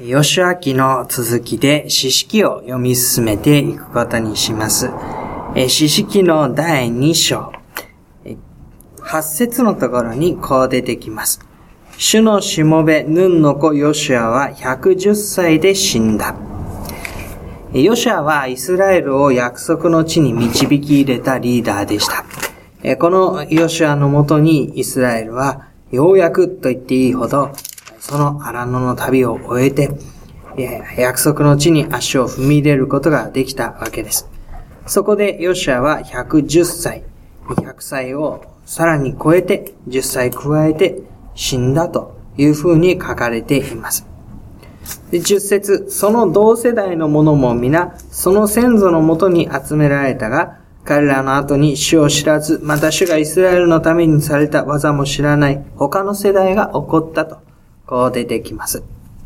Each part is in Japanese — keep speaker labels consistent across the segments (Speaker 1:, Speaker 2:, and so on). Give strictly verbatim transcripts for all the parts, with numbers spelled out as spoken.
Speaker 1: ヨシュア記の続きで詩式を読み進めていくことにします。詩式のだいに章、はち節のところにこう出てきます。主のしもべヌンの子ヨシュアはひゃくじゅっさいで死んだ。ヨシュアはイスラエルを約束の地に導き入れたリーダーでした。このヨシュアのもとにイスラエルはようやくと言っていいほどその荒野の旅を終えて約束の地に足を踏み入れることができたわけです。そこでヨシュアはひゃくじゅっさい、ひゃくさいをさらに超えてじゅっさい加えて死んだというふうに書かれています。でじゅっ節、その同世代の者も皆その先祖のもとに集められたが、彼らの後に主を知らず、また主がイスラエルのためにされた技も知らない他の世代が起こったと、こう出てきます。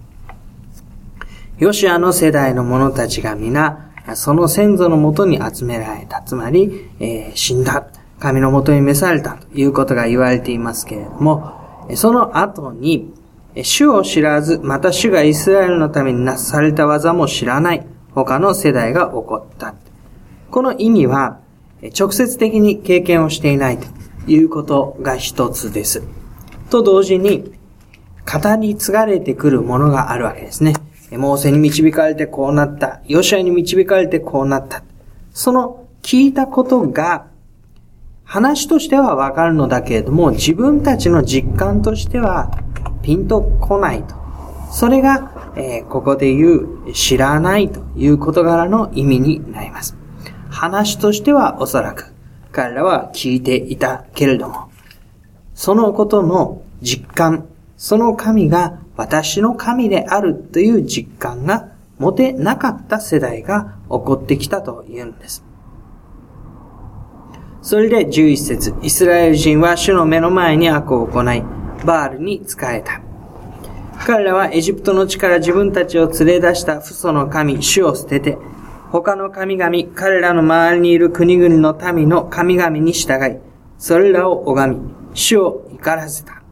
Speaker 1: ヨシュアの世代の者たちが皆、その先祖のもとに集められた。つまり、えー、死んだ。神のもとに召されたということが言われていますけれども、その後に、主を知らず、また主がイスラエルのためになされた技も知らない他の世代が起こった。この意味は、直接的に経験をしていないということが一つです。と同時に、語り継がれてくるものがあるわけですね。モーセに導かれてこうなった。ヨシュアに導かれてこうなった。その聞いたことが、話としてはわかるのだけれども、自分たちの実感としてはピンとこないと。それが、えー、ここで言う知らないという事柄の意味になります。話としてはおそらく彼らは聞いていたけれども、そのことの実感、その神が私の神であるという実感が持てなかった世代が起こってきたというんです。それでじゅういち節、イスラエル人は主の目の前に悪を行い、バールに仕えた。彼らはエジプトの地から自分たちを連れ出した父祖の神、主を捨てて、他の神々、彼らの周りにいる国々の民の神々に従い、それらを拝み、主を怒らせた。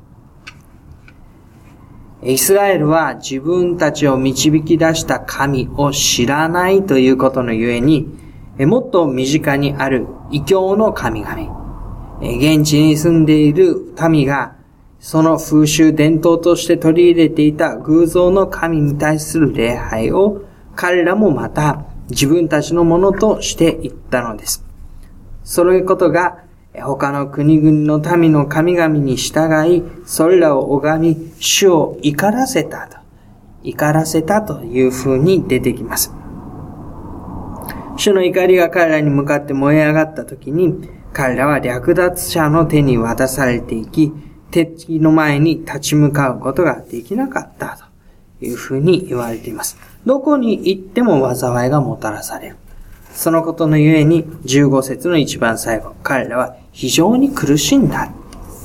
Speaker 1: イスラエルは自分たちを導き出した神を知らないということのゆえに、もっと身近にある異教の神々、現地に住んでいる民がその風習伝統として取り入れていた偶像の神に対する礼拝を彼らもまた自分たちのものとしていったのです。そういうことが他の国々の民の神々に従い、それらを拝み、主を怒らせたと、怒らせたという風に出てきます。主の怒りが彼らに向かって燃え上がった時に、彼らは略奪者の手に渡されていき、敵の前に立ち向かうことができなかったという風に言われています。どこに行っても災いがもたらされる。そのことのゆえにじゅうご節の一番最後、彼らは非常に苦しんだ。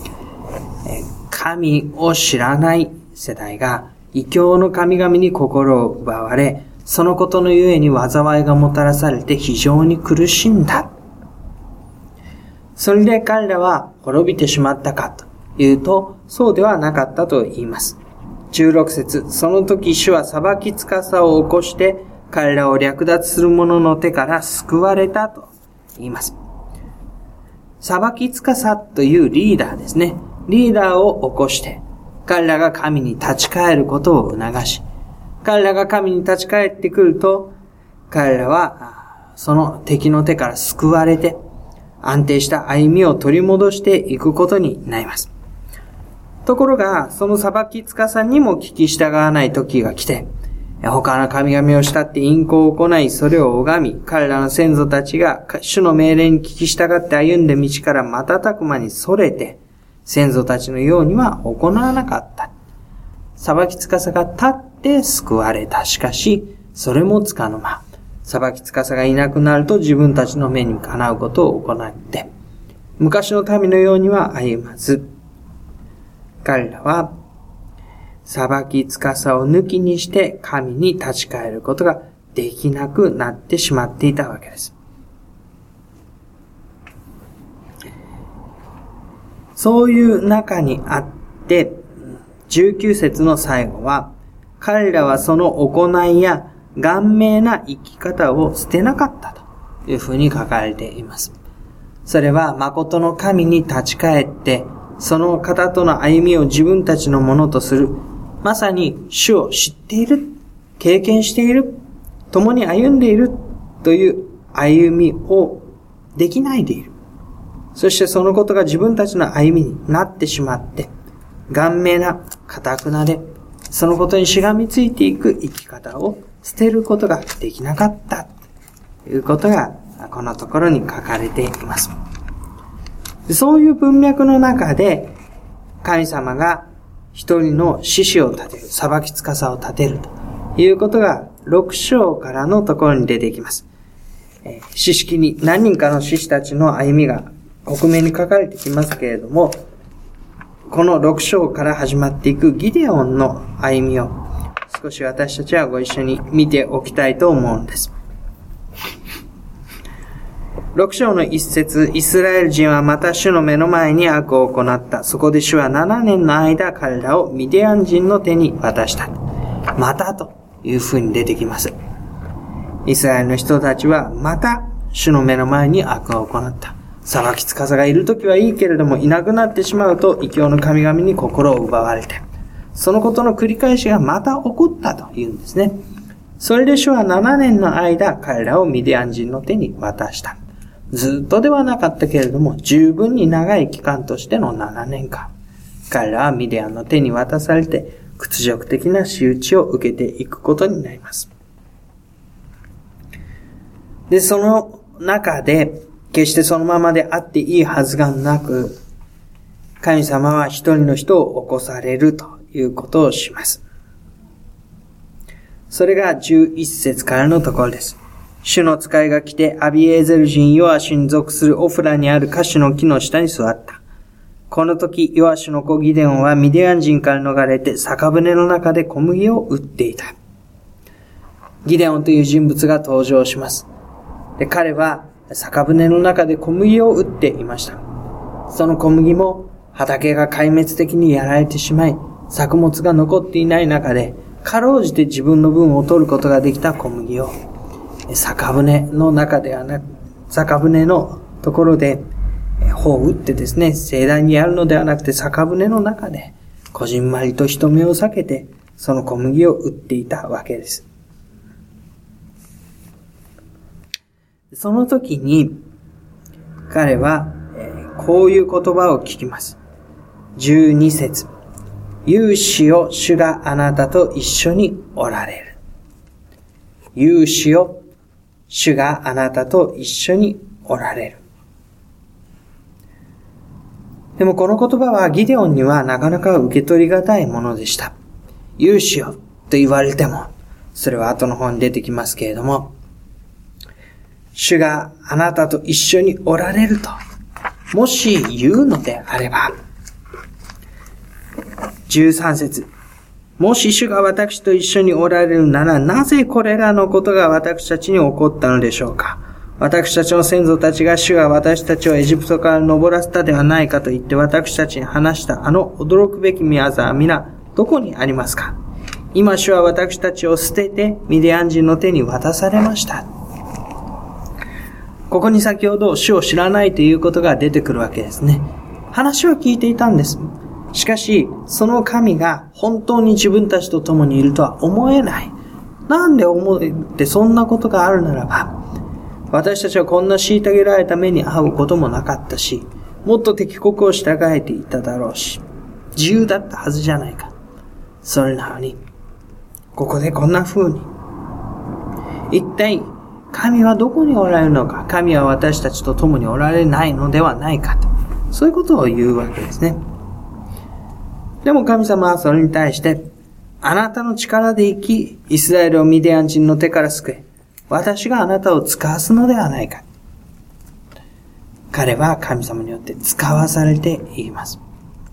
Speaker 1: 神を知らない世代が異教の神々に心を奪われ、そのことのゆえに災いがもたらされて非常に苦しんだ。それで彼らは滅びてしまったかというと、そうではなかったと言います。じゅうろく節、その時主は裁き司を起こして彼らを略奪する者の手から救われたと言います。裁き司というリーダーですね。リーダーを起こして、彼らが神に立ち返ることを促し、彼らが神に立ち返ってくると、彼らはその敵の手から救われて、安定した歩みを取り戻していくことになります。ところが、その裁き司にも聞き従わない時が来て、他の神々を慕って淫行を行い、それを拝み、彼らの先祖たちが主の命令に聞き従って歩んで道から瞬く間に逸れて、先祖たちのようには行わなかった。裁き司が立って救われた。しかし、それもつかの間。裁き司がいなくなると自分たちの目にかなうことを行って、昔の民のようには歩まず、彼らは、裁き司を抜きにして神に立ち返ることができなくなってしまっていたわけです。そういう中にあって、じゅうきゅう節の最後は、 彼らはその行いや顔面な生き方を捨てなかったというふうに書かれています。それは誠の神に立ち返って、その方との歩みを自分たちのものとする、まさに主を知っている、経験している、共に歩んでいるという歩みをできないでいる。そしてそのことが自分たちの歩みになってしまって、顔面な堅くなで、そのことにしがみついていく生き方を捨てることができなかったということがこのところに書かれています。そういう文脈の中で神様が一人の獅子を立てる、裁き司を立てるということがろく章からのところに出てきます。えー、詩式に何人かの獅子たちの歩みが克明に書かれてきますけれども、このろく章から始まっていくギデオンの歩みを少し私たちはご一緒に見ておきたいと思うんです。ろく章の一節、イスラエル人はまた主の目の前に悪を行った。そこで主はななねんの間彼らをミディアン人の手に渡した。またというふうに出てきます。イスラエルの人たちはまた主の目の前に悪を行った。裁き司がいるときはいいけれども、いなくなってしまうと異教の神々に心を奪われて、そのことの繰り返しがまた起こったというんですね。それで主はななねんの間彼らをミディアン人の手に渡した。ずっとではなかったけれども、十分に長い期間としてのななねんかん。彼らはミディアンの手に渡されて、屈辱的な仕打ちを受けていくことになります。で、その中で、決してそのままであっていいはずがなく、神様は一人の人を起こされるということをします。それがじゅういっ節からのところです。主の使いが来て、アビエーゼル人ヨアシュに属するオフラにあるカシュの木の下に座った。この時、ヨアシュの子ギデオンはミディアン人から逃れて酒舟の中で小麦を売っていた。ギデオンという人物が登場します。で、彼は酒舟の中で小麦を売っていました。その小麦も畑が壊滅的にやられてしまい、作物が残っていない中で、かろうじて自分の分を取ることができた小麦を、酒舟の中ではなく、酒舟のところで、帆を打ってですね、盛大にやるのではなくて、酒舟の中で、こじんまりと人目を避けて、その小麦を売っていたわけです。その時に、彼は、こういう言葉を聞きます。じゅうに節。勇士よ、主があなたと一緒におられる。勇士よ、主があなたと一緒におられる。でもこの言葉はギデオンにはなかなか受け取りがたいものでした。勇士よと言われても、それは後の方に出てきますけれども、主があなたと一緒におられると、もし言うのであれば、じゅうさん節。もし主が私と一緒におられるなら、なぜこれらのことが私たちに起こったのでしょうか。私たちの先祖たちが主が私たちをエジプトから登らせたではないかと言って私たちに話したあの驚くべき宮沢は皆どこにありますか。今主は私たちを捨ててミディアン人の手に渡されました。ここに先ほど主を知らないということが出てくるわけですね。話は聞いていたんです。しかし、その神が本当に自分たちと共にいるとは思えない。なんで思ってそんなことがあるならば、私たちはこんな虐げられた目に遭うこともなかったし、もっと敵国を従えていただろうし、自由だったはずじゃないか。それなのに、ここでこんな風に。一体、神はどこにおられるのか、神は私たちと共におられないのではないかと。そういうことを言うわけですね。でも神様はそれに対して、あなたの力で生き、イスラエルをミディアン人の手から救え。私があなたを使わすのではないか。彼は神様によって使わされています。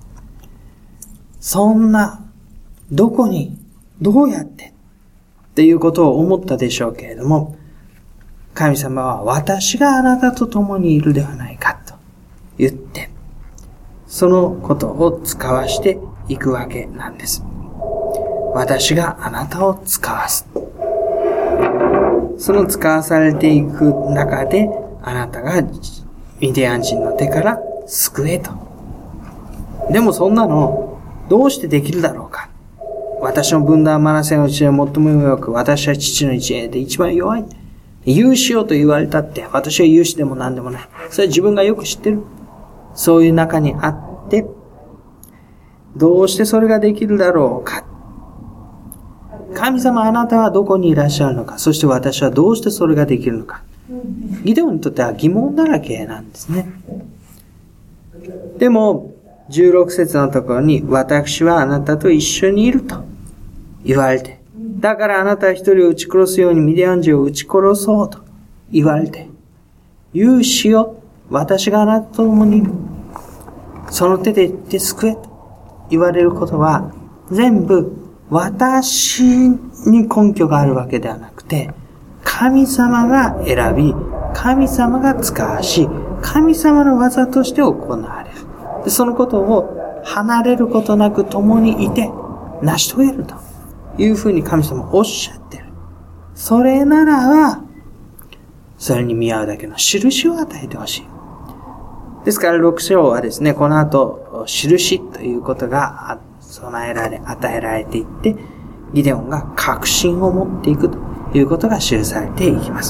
Speaker 1: そんな、どこに、どうやって、っていうことを思ったでしょうけれども、神様は私があなたと共にいるではないかと言って、そのことを使わしていくわけなんです。 私があなたを使わす。その使わされていく中で、あなたがミディアン人の手から救えと。でもそんなの、どうしてできるだろうか。私の分断マナセのうちで最も弱く、私は父の一員で一番弱い。勇士よと言われたって、私は勇士でも何でもない。それは自分がよく知ってる。そういう中にあって、どうしてそれができるだろうか。神様あなたはどこにいらっしゃるのか。そして私はどうしてそれができるのか。ギデオンにとっては疑問だらけなんですね。でも、じゅうろく節のところに、私はあなたと一緒にいると言われて、だからあなたは一人を撃ち殺すようにミディアン人を撃ち殺そうと言われて、勇士よ、私があなたと共にいる。その手で行って救えと言われることは、全部私に根拠があるわけではなくて、神様が選び、神様が使わし、神様の技として行われる。でそのことを離れることなく共にいて成し遂げるというふうに神様おっしゃってる。それならば、それに見合うだけの印を与えてほしい。ですからろく章はですね、この後、印ということが備えられ、与えられていって、ギデオンが確信を持っていくということが記されていきます。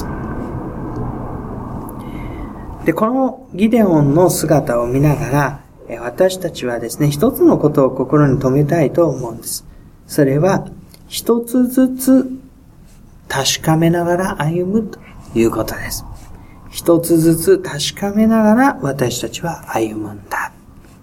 Speaker 1: で、このギデオンの姿を見ながら、私たちはですね、一つのことを心に留めたいと思うんです。それは、一つずつ確かめながら歩むということです。一つずつ確かめながら私たちは歩むんだ。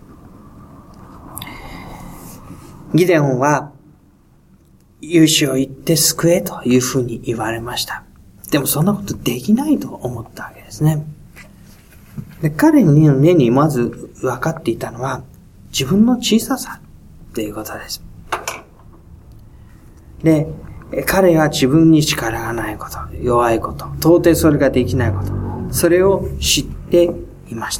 Speaker 1: ギデオンは、勇士を言って救えというふうに言われました。でもそんなことできないと思ったわけですね。で彼の目にまず分かっていたのは自分の小ささということです。で、彼は自分に力がないこと、弱いこと、到底それができないこと、それを知っていました。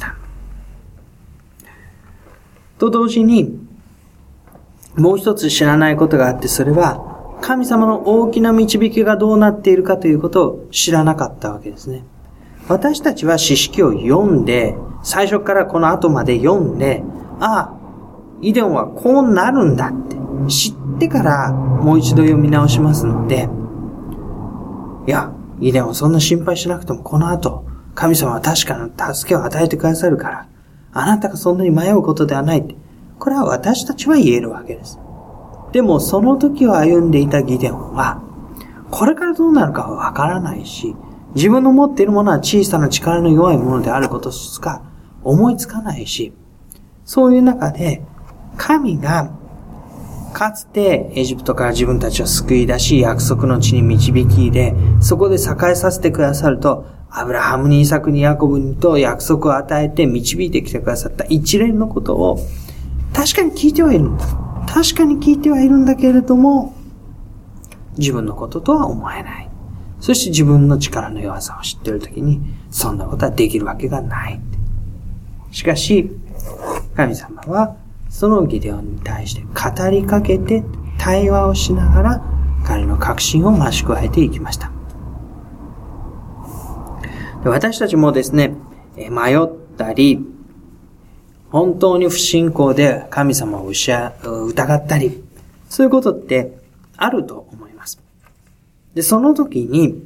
Speaker 1: と同時に、もう一つ知らないことがあって、それは神様の大きな導きがどうなっているかということを知らなかったわけですね。私たちは詩式を読んで、最初からこの後まで読んで、ああ、ギデオンはこうなるんだって知ってからもう一度読み直しますので、いや、ギデオンそんな心配しなくてもこの後、神様は確かな助けを与えてくださるから、あなたがそんなに迷うことではないって、これは私たちは言えるわけです。でもその時を歩んでいたギデオンは、これからどうなるかはわからないし、自分の持っているものは小さな力の弱いものであることしか思いつかないし、そういう中で神がかつてエジプトから自分たちを救い出し、約束の地に導き入れ、そこで栄えさせてくださると、アブラハムにイサクにヤコブにと約束を与えて導いてきてくださった一連のことを確かに聞いてはいるんだ。確かに聞いてはいるんだけれども、自分のこととは思えない。そして自分の力の弱さを知っているときに、そんなことはできるわけがない。しかし、神様は、そのギデオンに対して語りかけて、対話をしながら、彼の確信を増し加えていきました。私たちもですね、迷ったり、本当に不信仰で神様を疑ったり、そういうことってあると思います。で、その時に、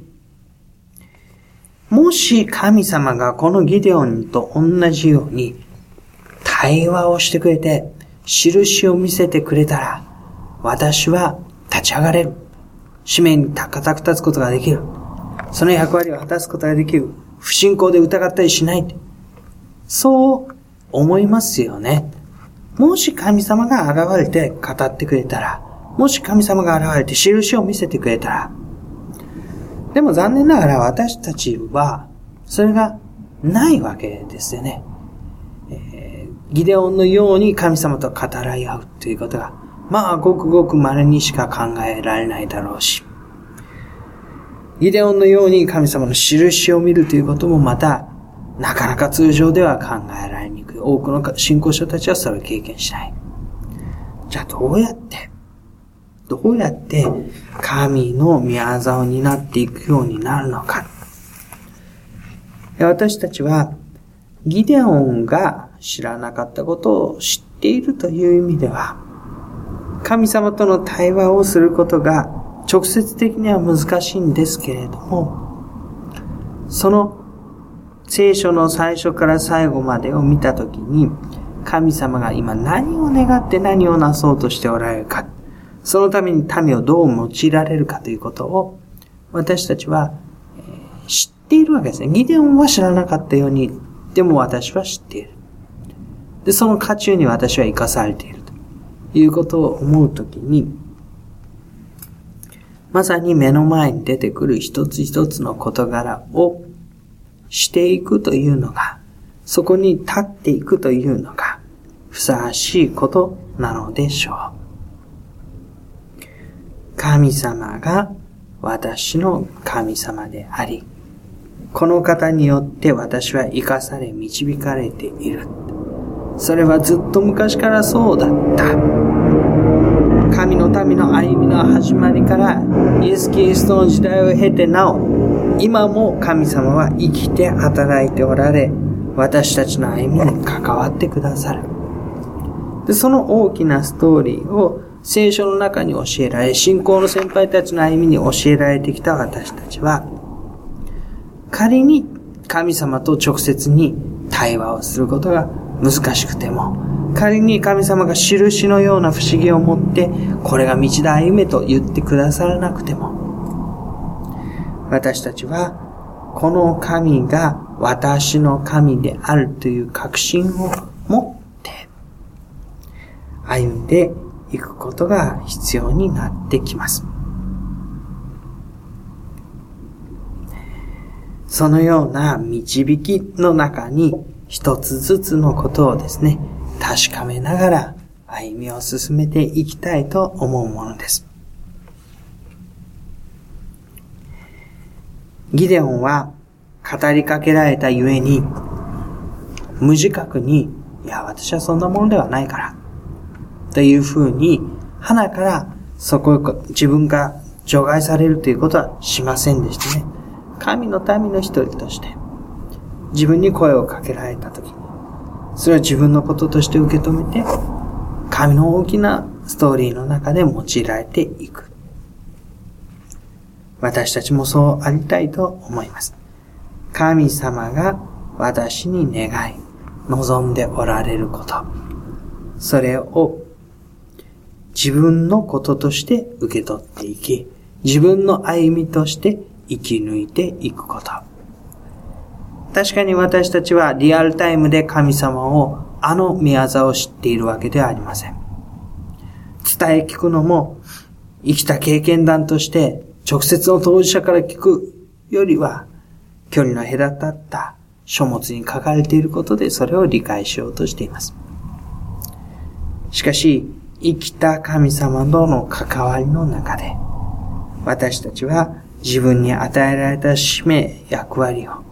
Speaker 1: もし神様がこのギデオンと同じように対話をしてくれて、印を見せてくれたら、私は立ち上がれる。使命に固く立つことができる。その役割を果たすことができる。不信仰で疑ったりしない。そう思いますよね。もし神様が現れて語ってくれたら、もし神様が現れて印を見せてくれたら、でも残念ながら私たちはそれがないわけですよね。えー、ギデオンのように神様と語らい合うということが、まあごくごく稀にしか考えられないだろうし、ギデオンのように神様の印を見るということもまたなかなか通常では考えられにくい。多くの信仰者たちはそれを経験しない。じゃあどうやってどうやって神の御業を担っていくようになるのか。私たちはギデオンが知らなかったことを知っているという意味では、神様との対話をすることが直接的には難しいんですけれども、その聖書の最初から最後までを見たときに、神様が今何を願って何をなそうとしておられるか、そのために民をどう用いられるかということを私たちは知っているわけですね。ギデオンは知らなかったように、でも私は知っている。で、その渦中に私は生かされているということを思うときに、まさに目の前に出てくる一つ一つの事柄をしていくというのが、そこに立っていくというのがふさわしいことなのでしょう。神様が私の神様であり、この方によって私は生かされ導かれている。それはずっと昔からそうだった。神の民の歩みの始まりからイエス・キリストの時代を経てなお、今も神様は生きて働いておられ、私たちの歩みに関わってくださる。で、その大きなストーリーを聖書の中に教えられ、信仰の先輩たちの歩みに教えられてきた私たちは、仮に神様と直接に対話をすることが難しくても、仮に神様が印のような不思議を持って、これが道だ歩めと言ってくださらなくても、私たちはこの神が私の神であるという確信を持って歩んでいくことが必要になってきます。そのような導きの中に一つずつのことをですね、確かめながら歩みを進めていきたいと思うものです。ギデオンは語りかけられたゆえに、無自覚に、いや、私はそんなものではないから、というふうに、鼻からそこを自分が除外されるということはしませんでしたね。神の民の一人として、自分に声をかけられたときに、それは自分のこととして受け止めて、神の大きなストーリーの中で用いられていく。私たちもそうありたいと思います。神様が私に願い、望んでおられること。それを自分のこととして受け取っていき、自分の歩みとして生き抜いていくこと。確かに私たちはリアルタイムで神様を、あの御業を知っているわけではありません。伝え聞くのも生きた経験談として直接の当事者から聞くよりは、距離の隔たった書物に書かれていることでそれを理解しようとしています。しかし、生きた神様との関わりの中で、私たちは自分に与えられた使命、役割を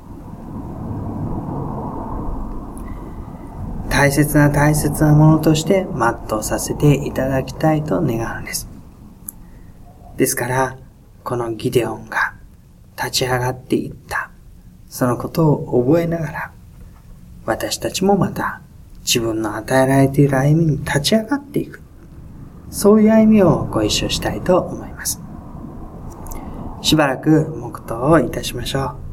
Speaker 1: 大切な大切なものとして全うさせていただきたいと願うのです。ですから、このギデオンが立ち上がっていった、そのことを覚えながら、私たちもまた自分の与えられている歩みに立ち上がっていく。そういう歩みをご一緒したいと思います。しばらく黙祷をいたしましょう。